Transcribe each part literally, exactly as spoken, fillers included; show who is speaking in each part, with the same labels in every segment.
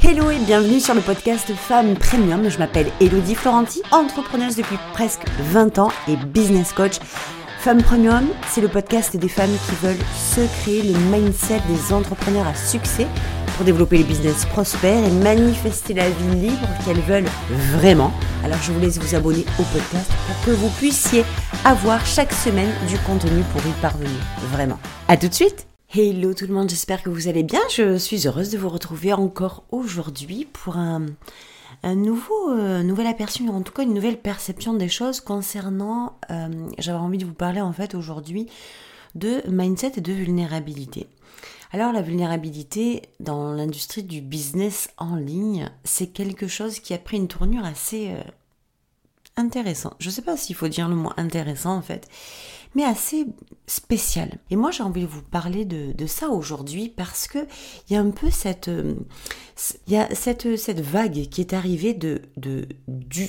Speaker 1: Hello et bienvenue sur le podcast Femmes Premium. Je m'appelle Elodie Florenti, entrepreneuse depuis presque vingt ans et business coach. Femmes Premium, c'est le podcast des femmes qui veulent se créer le mindset des entrepreneurs à succès pour développer les business prospères et manifester la vie libre qu'elles veulent vraiment. Alors je vous laisse vous abonner au podcast pour que vous puissiez avoir chaque semaine du contenu pour y parvenir. Vraiment. À tout de suite. Hello tout le monde, j'espère que vous allez bien. Je suis heureuse de vous retrouver encore aujourd'hui pour un, un nouveau, euh, nouvel aperçu, en tout cas une nouvelle perception des choses concernant, euh, j'avais envie de vous parler en fait aujourd'hui de mindset et de vulnérabilité. Alors la vulnérabilité dans l'industrie du business en ligne, c'est quelque chose qui a pris une tournure assez euh, intéressant. Je ne sais pas s'il faut dire le mot intéressant en fait, mais assez spécial. Et moi, j'ai envie de vous parler de, de ça aujourd'hui parce que il y a un peu cette, euh, il y a cette, cette vague qui est arrivée de, de, du,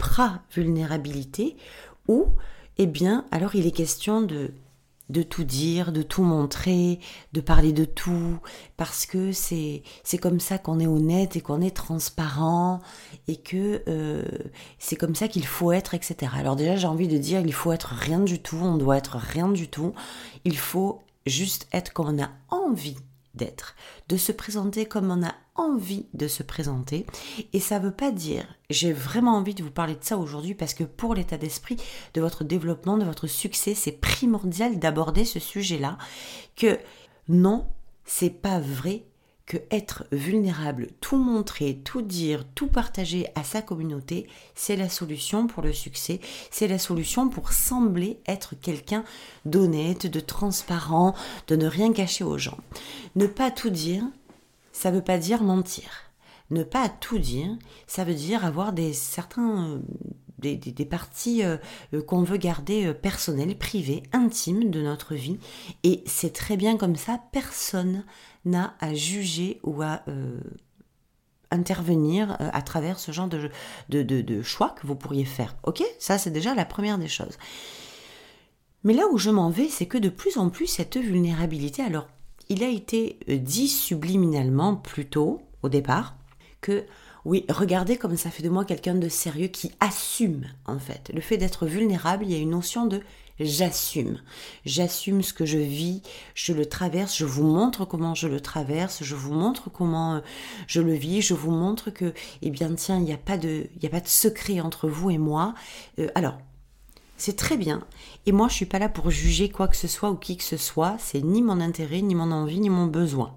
Speaker 1: d'hyper-vulnérabilité où, eh bien, alors il est question de de tout dire, de tout montrer, de parler de tout, parce que c'est c'est comme ça qu'on est honnête et qu'on est transparent et que euh, c'est comme ça qu'il faut être, et cetera. Alors déjà, j'ai envie de dire, il faut être rien du tout, on doit être rien du tout, il faut juste être comme on a envie d'être, de se présenter comme on a envie de se présenter. Et ça veut pas dire, j'ai vraiment envie de vous parler de ça aujourd'hui parce que pour l'état d'esprit de votre développement, de votre succès, c'est primordial d'aborder ce sujet-là, que non, c'est pas vrai que être vulnérable, tout montrer, tout dire, tout partager à sa communauté, c'est la solution pour le succès, c'est la solution pour sembler être quelqu'un d'honnête, de transparent, de ne rien cacher aux gens. Ne pas tout dire, ça veut pas dire mentir. Ne pas tout dire, ça veut dire avoir des certains euh, des, des, des parties euh, qu'on veut garder euh, personnelles, privées, intimes de notre vie. Et c'est très bien comme ça, personne n'a à juger ou à euh, intervenir euh, à travers ce genre de, de, de, de choix que vous pourriez faire. Ok ? Ça, c'est déjà la première des choses. Mais là où je m'en vais, c'est que de plus en plus, cette vulnérabilité, alors, il a été dit subliminalement plus tôt, au départ, que oui, regardez comme ça fait de moi quelqu'un de sérieux qui assume, en fait. Le fait d'être vulnérable, il y a une notion de j'assume. J'assume ce que je vis, je le traverse, je vous montre comment je le traverse, je vous montre comment je le vis, je vous montre que, eh bien, tiens, il n'y a pas de, il n'y a pas de secret entre vous et moi. Euh, alors, c'est très bien. Et moi, je suis pas là pour juger quoi que ce soit ou qui que ce soit. C'est ni mon intérêt, ni mon envie, ni mon besoin.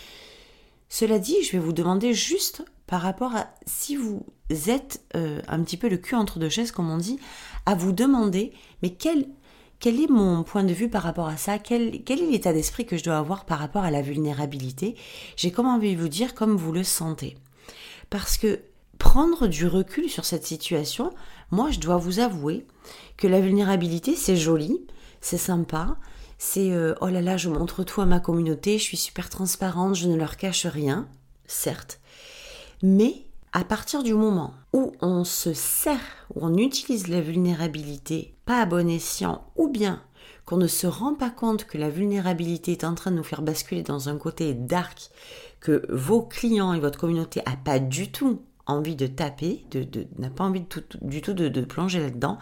Speaker 1: Cela dit, je vais vous demander juste par rapport à si vous êtes euh, un petit peu le cul entre deux chaises, comme on dit, à vous demander, mais quel, quel est mon point de vue par rapport à ça ? Quel, quel est l'état d'esprit que je dois avoir par rapport à la vulnérabilité ? J'ai comme envie de vous dire comme vous le sentez. Parce que prendre du recul sur cette situation, moi, je dois vous avouer que la vulnérabilité, c'est joli, c'est sympa, c'est euh, « oh là là, je montre tout à ma communauté, je suis super transparente, je ne leur cache rien », certes. Mais à partir du moment où on se sert, où on utilise la vulnérabilité pas à bon escient, ou bien qu'on ne se rend pas compte que la vulnérabilité est en train de nous faire basculer dans un côté dark, que vos clients et votre communauté n'a pas du tout envie de taper, de, de, n'a pas envie de tout, du tout de, de plonger là-dedans,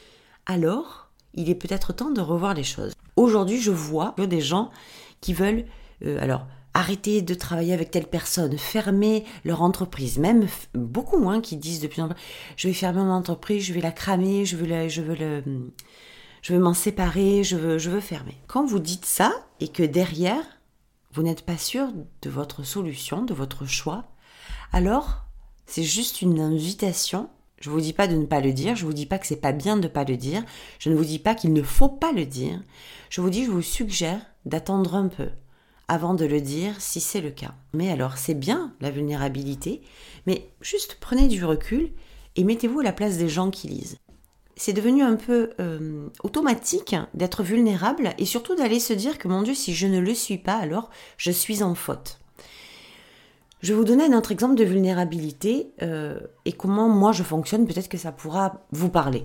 Speaker 1: alors il est peut-être temps de revoir les choses. Aujourd'hui, je vois des gens qui veulent euh, alors arrêter de travailler avec telle personne, fermer leur entreprise, même f- beaucoup moins qui disent de plus en plus je vais fermer mon entreprise, je vais la cramer, je veux, la, je veux, le, je veux m'en séparer, je veux, je veux fermer. Quand vous dites ça et que derrière, vous n'êtes pas sûr de votre solution, de votre choix, alors c'est juste une invitation. Je ne vous dis pas de ne pas le dire, je ne vous dis pas que c'est pas bien de ne pas le dire, je ne vous dis pas qu'il ne faut pas le dire, je vous dis, je vous suggère d'attendre un peu avant de le dire si c'est le cas. Mais alors, c'est bien la vulnérabilité, mais juste prenez du recul et mettez-vous à la place des gens qui lisent. C'est devenu un peu euh, automatique d'être vulnérable et surtout d'aller se dire que mon Dieu, si je ne le suis pas, alors je suis en faute. Je vais vous donner un autre exemple de vulnérabilité euh, et comment moi je fonctionne, peut-être que ça pourra vous parler.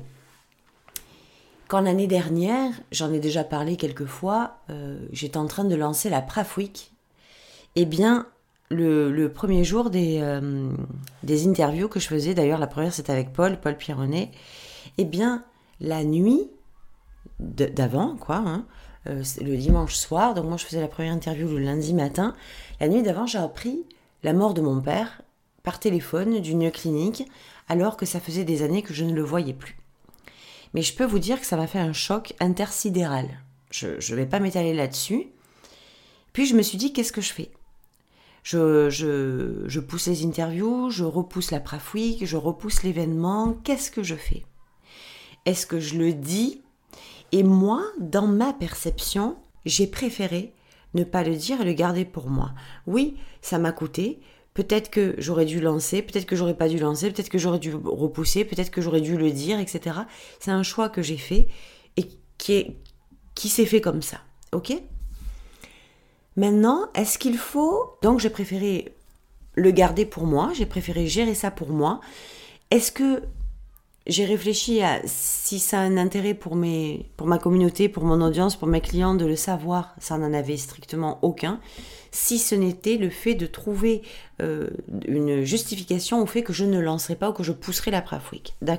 Speaker 1: Quand l'année dernière, j'en ai déjà parlé quelques fois, euh, j'étais en train de lancer la Praf Week, eh bien, le, le premier jour des, euh, des interviews que je faisais, d'ailleurs la première c'était avec Paul, Paul Pironnet, eh bien la nuit de, d'avant, quoi, hein, euh, le dimanche soir, donc moi je faisais la première interview le lundi matin, la nuit d'avant j'ai appris la mort de mon père par téléphone d'une clinique, alors que ça faisait des années que je ne le voyais plus. Mais je peux vous dire que ça m'a fait un choc intersidéral. Je ne vais pas m'étaler là-dessus. Puis je me suis dit, qu'est-ce que je fais ? Je, je, je pousse les interviews, je repousse la Praf Week, je repousse l'événement. Qu'est-ce que je fais ? Est-ce que je le dis ? Et moi, dans ma perception, j'ai préféré ne pas le dire et le garder pour moi. Oui, ça m'a coûté. Peut-être que j'aurais dû lancer, peut-être que j'aurais pas dû lancer, peut-être que j'aurais dû repousser, peut-être que j'aurais dû le dire, et cetera. C'est un choix que j'ai fait et qui, est, qui s'est fait comme ça. Ok ? Maintenant, est-ce qu'il faut... Donc, j'ai préféré le garder pour moi, j'ai préféré gérer ça pour moi. Est-ce que j'ai réfléchi à si ça a un intérêt pour, mes, pour ma communauté, pour mon audience, pour mes clients de le savoir ? Ça n'en avait strictement aucun. Si ce n'était le fait de trouver euh, une justification au fait que je ne lancerai pas ou que je pousserai la Praf Week. D'accord ?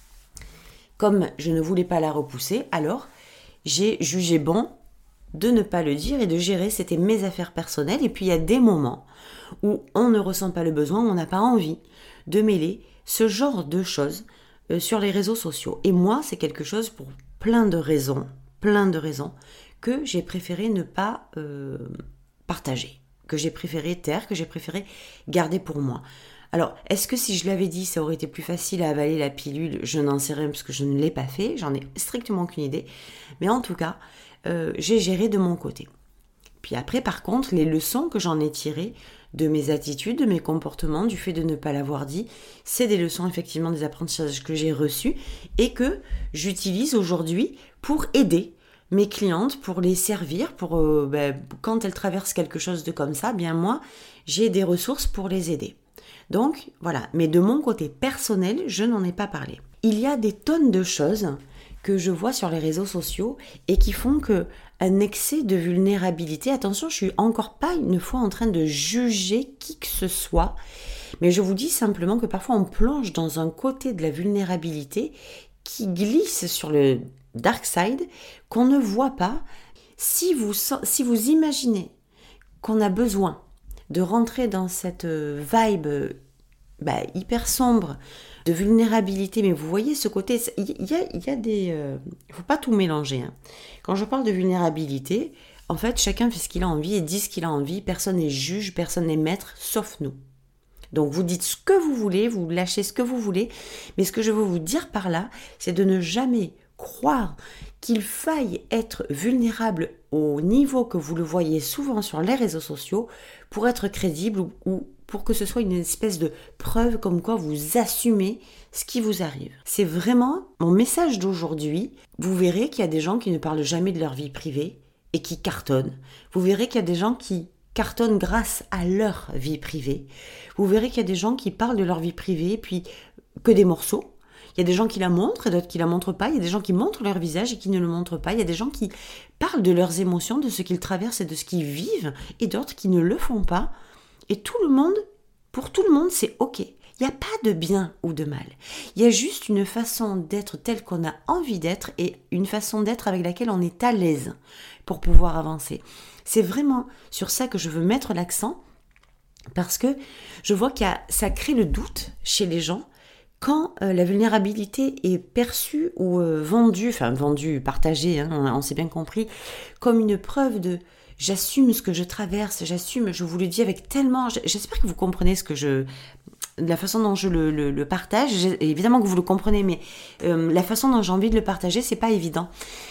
Speaker 1: Comme je ne voulais pas la repousser, alors j'ai jugé bon de ne pas le dire et de gérer, c'était mes affaires personnelles. Et puis il y a des moments où on ne ressent pas le besoin, où on n'a pas envie de mêler ce genre de choses euh, sur les réseaux sociaux. Et moi, c'est quelque chose pour plein de raisons, plein de raisons, que j'ai préféré ne pas euh, partager, que j'ai préféré taire, que j'ai préféré garder pour moi. Alors, est-ce que si je l'avais dit, ça aurait été plus facile à avaler la pilule ? Je n'en sais rien parce que je ne l'ai pas fait, j'en ai strictement aucune idée. Mais en tout cas, euh, j'ai géré de mon côté. Puis après, par contre, les leçons que j'en ai tirées de mes attitudes, de mes comportements, du fait de ne pas l'avoir dit, c'est des leçons, effectivement, des apprentissages que j'ai reçus et que j'utilise aujourd'hui pour aider mes clientes, pour les servir, pour euh, ben, quand elles traversent quelque chose de comme ça, bien moi, j'ai des ressources pour les aider. Donc, voilà. Mais de mon côté personnel, je n'en ai pas parlé. Il y a des tonnes de choses que je vois sur les réseaux sociaux et qui font que un excès de vulnérabilité, attention, je suis encore pas une fois en train de juger qui que ce soit, mais je vous dis simplement que parfois on plonge dans un côté de la vulnérabilité qui glisse sur le dark side, qu'on ne voit pas. Si vous, si vous imaginez qu'on a besoin de rentrer dans cette vibe bah, hyper sombre de vulnérabilité, mais vous voyez ce côté, il y a, il y a des... Il euh, ne faut pas tout mélanger. Hein. Quand je parle de vulnérabilité, en fait, chacun fait ce qu'il a envie et dit ce qu'il a envie, personne n'est juge, personne n'est maître, sauf nous. Donc vous dites ce que vous voulez, vous lâchez ce que vous voulez, mais ce que je veux vous dire par là, c'est de ne jamais croire qu'il faille être vulnérable au niveau que vous le voyez souvent sur les réseaux sociaux pour être crédible ou, ou pour que ce soit une espèce de preuve comme quoi vous assumez ce qui vous arrive. C'est vraiment mon message d'aujourd'hui. Vous verrez qu'il y a des gens qui ne parlent jamais de leur vie privée et qui cartonnent. Vous verrez qu'il y a des gens qui cartonnent grâce à leur vie privée. Vous verrez qu'il y a des gens qui parlent de leur vie privée puis que des morceaux. Il y a des gens qui la montrent et d'autres qui la montrent pas. Il y a des gens qui montrent leur visage et qui ne le montrent pas. Il y a des gens qui parlent de leurs émotions, de ce qu'ils traversent et de ce qu'ils vivent, et d'autres qui ne le font pas. Et tout le monde, pour tout le monde, c'est ok. Il n'y a pas de bien ou de mal. Il y a juste une façon d'être telle qu'on a envie d'être et une façon d'être avec laquelle on est à l'aise pour pouvoir avancer. C'est vraiment sur ça que je veux mettre l'accent parce que je vois que ça crée le doute chez les gens quand euh, la vulnérabilité est perçue ou euh, vendue, enfin vendue, partagée, hein, on, on s'est bien compris, comme une preuve de j'assume ce que je traverse, j'assume, je vous le dis avec tellement, j'espère que vous comprenez ce que je, la façon dont je le, le, le partage, évidemment que vous le comprenez, mais euh, la façon dont j'ai envie de le partager, c'est pas évident.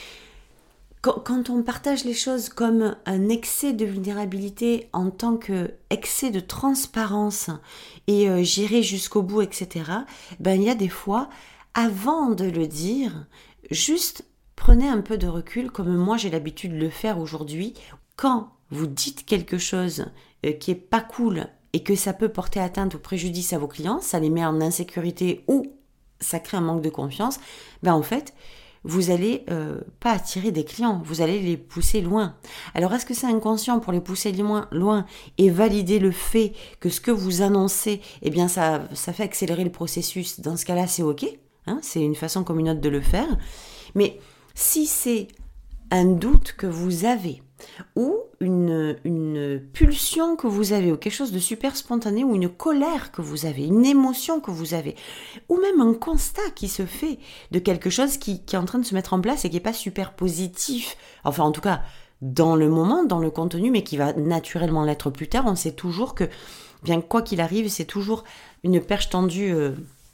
Speaker 1: Quand, quand on partage les choses comme un excès de vulnérabilité en tant qu'excès de transparence et euh, j'irai jusqu'au bout, et cetera, ben il y a des fois, avant de le dire, juste prenez un peu de recul, comme moi j'ai l'habitude de le faire aujourd'hui. Quand vous dites quelque chose euh, qui est pas cool et que ça peut porter atteinte ou préjudice à vos clients, ça les met en insécurité ou ça crée un manque de confiance, ben en fait, vous allez euh, pas attirer des clients, vous allez les pousser loin. Alors est-ce que c'est inconscient pour les pousser loin, loin et valider le fait que ce que vous annoncez, eh bien ça, ça fait accélérer le processus? Dans ce cas-là, c'est ok, hein, c'est une façon comme une autre de le faire. Mais si c'est un doute que vous avez, ou une, une pulsion que vous avez, ou quelque chose de super spontané, ou une colère que vous avez, une émotion que vous avez, ou même un constat qui se fait de quelque chose qui, qui est en train de se mettre en place et qui n'est pas super positif, enfin en tout cas dans le moment, dans le contenu, mais qui va naturellement l'être plus tard, on sait toujours que, bien quoi qu'il arrive, c'est toujours une perche tendue euh,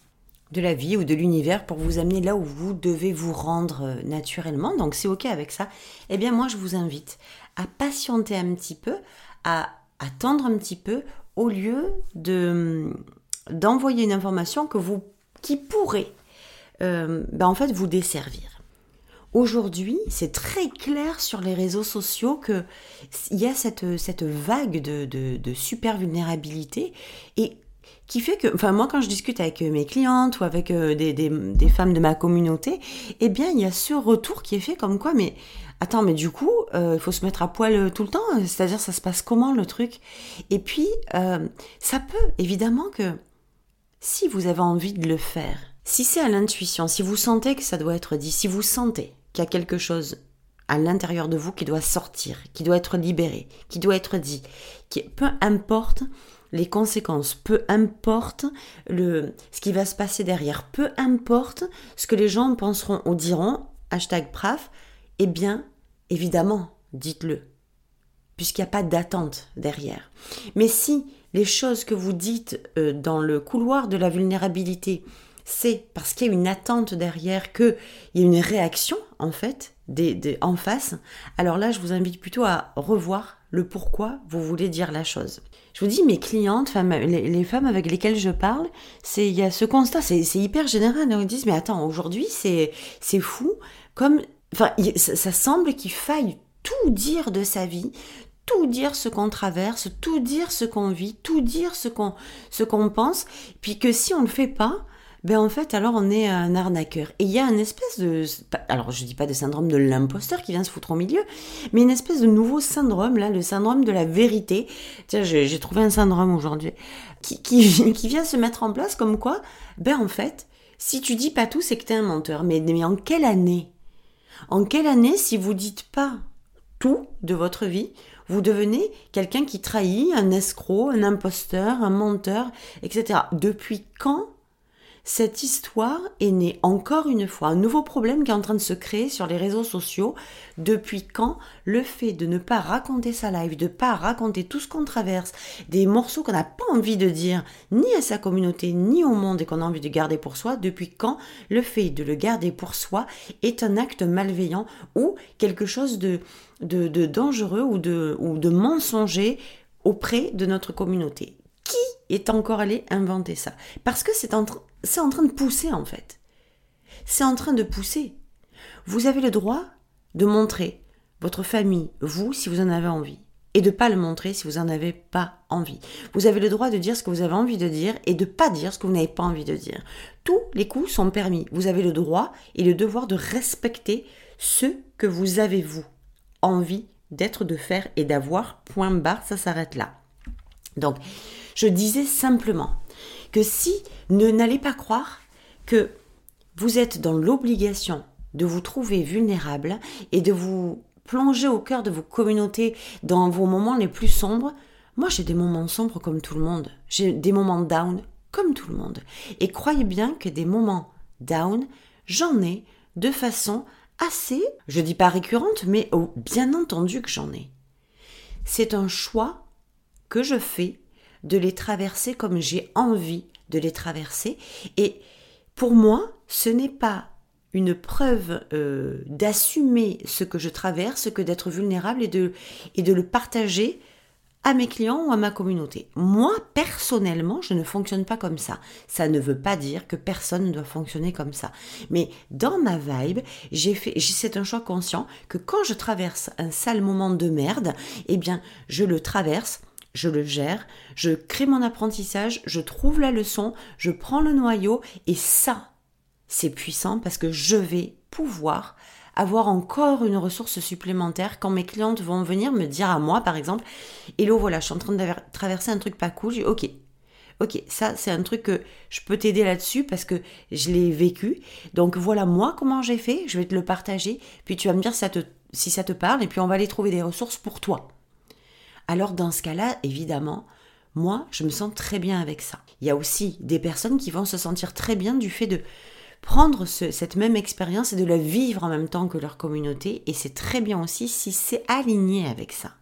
Speaker 1: de la vie ou de l'univers pour vous amener là où vous devez vous rendre naturellement, donc c'est ok avec ça. Eh bien moi je vous invite à patienter un petit peu, à attendre un petit peu, au lieu de, d'envoyer une information que vous, qui pourrait euh, ben en fait vous desservir. Aujourd'hui, c'est très clair sur les réseaux sociaux qu'il y a cette, cette vague de, de, de super vulnérabilité et qui fait que, enfin moi quand je discute avec mes clientes ou avec euh, des, des, des femmes de ma communauté, eh bien il y a ce retour qui est fait comme quoi, mais attends, mais du coup, euh, il faut se mettre à poil tout le temps, c'est-à-dire ça se passe comment le truc? Et puis, euh, ça peut, évidemment que si vous avez envie de le faire, si c'est à l'intuition, si vous sentez que ça doit être dit, si vous sentez qu'il y a quelque chose à l'intérieur de vous qui doit sortir, qui doit être libéré, qui doit être dit, qui, peu importe les conséquences, peu importe le, ce qui va se passer derrière, peu importe ce que les gens penseront ou diront, hashtag praf, eh bien, évidemment, dites-le, puisqu'il n'y a pas d'attente derrière. Mais si les choses que vous dites euh, dans le couloir de la vulnérabilité, c'est parce qu'il y a une attente derrière, qu'il y a une réaction, en fait, des, des, en face, alors là, je vous invite plutôt à revoir le pourquoi vous voulez dire la chose. Je vous dis, mes clientes, enfin, les, les femmes avec lesquelles je parle, c'est, il y a ce constat, c'est, c'est hyper général. Elles disent, mais attends, aujourd'hui, c'est, c'est fou, comme, enfin, ça, ça semble qu'il faille tout dire de sa vie, tout dire ce qu'on traverse, tout dire ce qu'on vit, tout dire ce qu'on, ce qu'on pense, puis que si on le fait pas, ben en fait, alors on est un arnaqueur. Et il y a une espèce de... Alors, je dis pas de syndrome de l'imposteur qui vient se foutre au milieu, mais une espèce de nouveau syndrome, là, le syndrome de la vérité. Tiens, j'ai, j'ai trouvé un syndrome aujourd'hui, qui, qui, qui vient se mettre en place comme quoi, ben en fait, si tu dis pas tout, c'est que t'es un menteur. Mais, mais en quelle année? En quelle année, si vous dites pas tout de votre vie, vous devenez quelqu'un qui trahit, un escroc, un imposteur, un menteur, et cetera. Depuis quand cette histoire est née? Encore une fois, un nouveau problème qui est en train de se créer sur les réseaux sociaux. Depuis quand le fait de ne pas raconter sa life, de ne pas raconter tout ce qu'on traverse, des morceaux qu'on n'a pas envie de dire, ni à sa communauté, ni au monde et qu'on a envie de garder pour soi, depuis quand le fait de le garder pour soi est un acte malveillant ou quelque chose de, de, de dangereux ou de, ou de mensonger auprès de notre communauté? Qui est encore allé inventer ça? Parce que c'est en, tra- c'est en train de pousser en fait. C'est en train de pousser. Vous avez le droit de montrer votre famille, vous, si vous en avez envie. Et de ne pas le montrer si vous n'en avez pas envie. Vous avez le droit de dire ce que vous avez envie de dire et de ne pas dire ce que vous n'avez pas envie de dire. Tous les coups sont permis. Vous avez le droit et le devoir de respecter ce que vous avez, vous, envie d'être, de faire et d'avoir. Point barre, ça s'arrête là. Donc, je disais simplement que si, ne n'allez pas croire que vous êtes dans l'obligation de vous trouver vulnérable et de vous plonger au cœur de vos communautés dans vos moments les plus sombres. Moi, j'ai des moments sombres comme tout le monde. J'ai des moments down comme tout le monde. Et croyez bien que des moments down, j'en ai de façon assez, je dis pas récurrente, mais oh, bien entendu que j'en ai. C'est un choix que je fais de les traverser comme j'ai envie de les traverser. Et pour moi, ce n'est pas une preuve euh, d'assumer ce que je traverse que d'être vulnérable et de, et de le partager à mes clients ou à ma communauté. Moi, personnellement, je ne fonctionne pas comme ça. Ça ne veut pas dire que personne ne doit fonctionner comme ça. Mais dans ma vibe, j'ai fait, c'est un choix conscient que quand je traverse un sale moment de merde, eh bien, je le traverse, je le gère, je crée mon apprentissage, je trouve la leçon, je prends le noyau et ça, c'est puissant parce que je vais pouvoir avoir encore une ressource supplémentaire quand mes clientes vont venir me dire à moi, par exemple, « Hello, voilà, je suis en train de traverser un truc pas cool. » Je dis « Ok, ok, ça c'est un truc que je peux t'aider là-dessus parce que je l'ai vécu. Donc voilà moi comment j'ai fait, je vais te le partager. Puis tu vas me dire si ça te, si ça te parle et puis on va aller trouver des ressources pour toi. » Alors dans ce cas-là, évidemment, moi, je me sens très bien avec ça. Il y a aussi des personnes qui vont se sentir très bien du fait de prendre ce, cette même expérience et de la vivre en même temps que leur communauté. Et c'est très bien aussi si c'est aligné avec ça.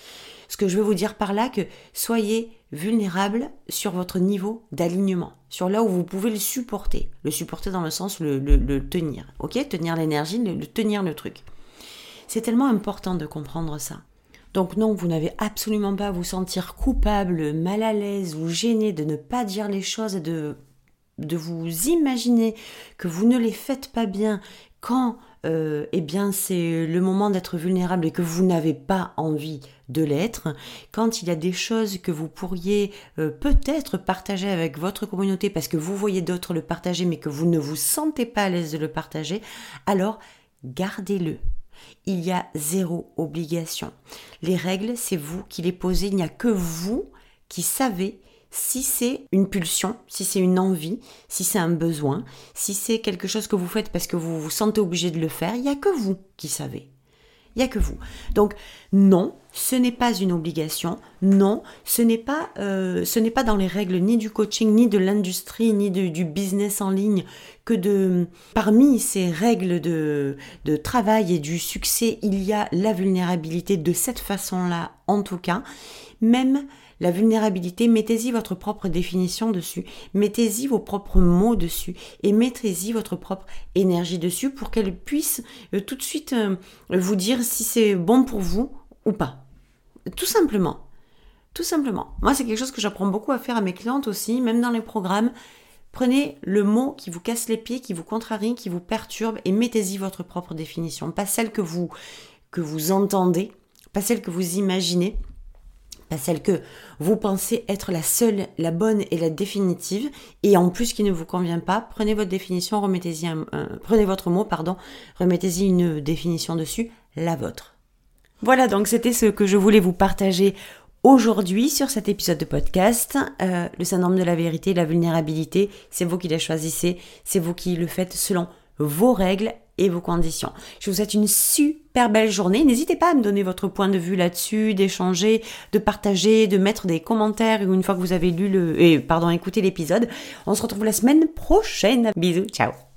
Speaker 1: Ce que je veux vous dire par là, que soyez vulnérable sur votre niveau d'alignement, sur là où vous pouvez le supporter. Le supporter dans le sens le, le, le tenir, ok ? Tenir l'énergie, le, le tenir le truc. C'est tellement important de comprendre ça. Donc non, vous n'avez absolument pas à vous sentir coupable, mal à l'aise ou gêné de ne pas dire les choses et de, de vous imaginer que vous ne les faites pas bien quand euh, eh bien, c'est le moment d'être vulnérable et que vous n'avez pas envie de l'être. Quand il y a des choses que vous pourriez euh, peut-être partager avec votre communauté parce que vous voyez d'autres le partager mais que vous ne vous sentez pas à l'aise de le partager, alors gardez-le. Il y a zéro obligation. Les règles, c'est vous qui les posez. Il n'y a que vous qui savez si c'est une pulsion, si c'est une envie, si c'est un besoin, si c'est quelque chose que vous faites parce que vous vous sentez obligé de le faire. Il n'y a que vous qui savez. Il n'y a que vous. Donc non, ce n'est pas une obligation. Non, ce n'est pas, euh, ce n'est pas dans les règles ni du coaching, ni de l'industrie, ni de, du business en ligne que de, parmi ces règles de, de travail et du succès, il y a la vulnérabilité de cette façon-là, en tout cas. Même la vulnérabilité, mettez-y votre propre définition dessus, mettez-y vos propres mots dessus et mettez-y votre propre énergie dessus pour qu'elle puisse euh, tout de suite euh, vous dire si c'est bon pour vous ou pas. Tout simplement. Tout simplement. Moi, c'est quelque chose que j'apprends beaucoup à faire à mes clientes aussi, même dans les programmes. Prenez le mot qui vous casse les pieds, qui vous contrarie, qui vous perturbe et mettez-y votre propre définition. Pas celle que vous, que vous entendez, pas celle que vous imaginez, pas celle que vous pensez être la seule, la bonne et la définitive, et en plus qui ne vous convient pas, prenez votre définition, remettez-y un, un, prenez votre mot, pardon, remettez-y une définition dessus, la vôtre. Voilà, donc c'était ce que je voulais vous partager aujourd'hui sur cet épisode de podcast. Euh, le syndrome de la vérité, la vulnérabilité, c'est vous qui la choisissez, c'est vous qui le faites selon vos règles et vos conditions. Je vous souhaite une super belle journée. N'hésitez pas à me donner votre point de vue là-dessus, d'échanger, de partager, de mettre des commentaires une fois que vous avez lu le, et, pardon, écouté l'épisode. On se retrouve la semaine prochaine. Bisous, ciao.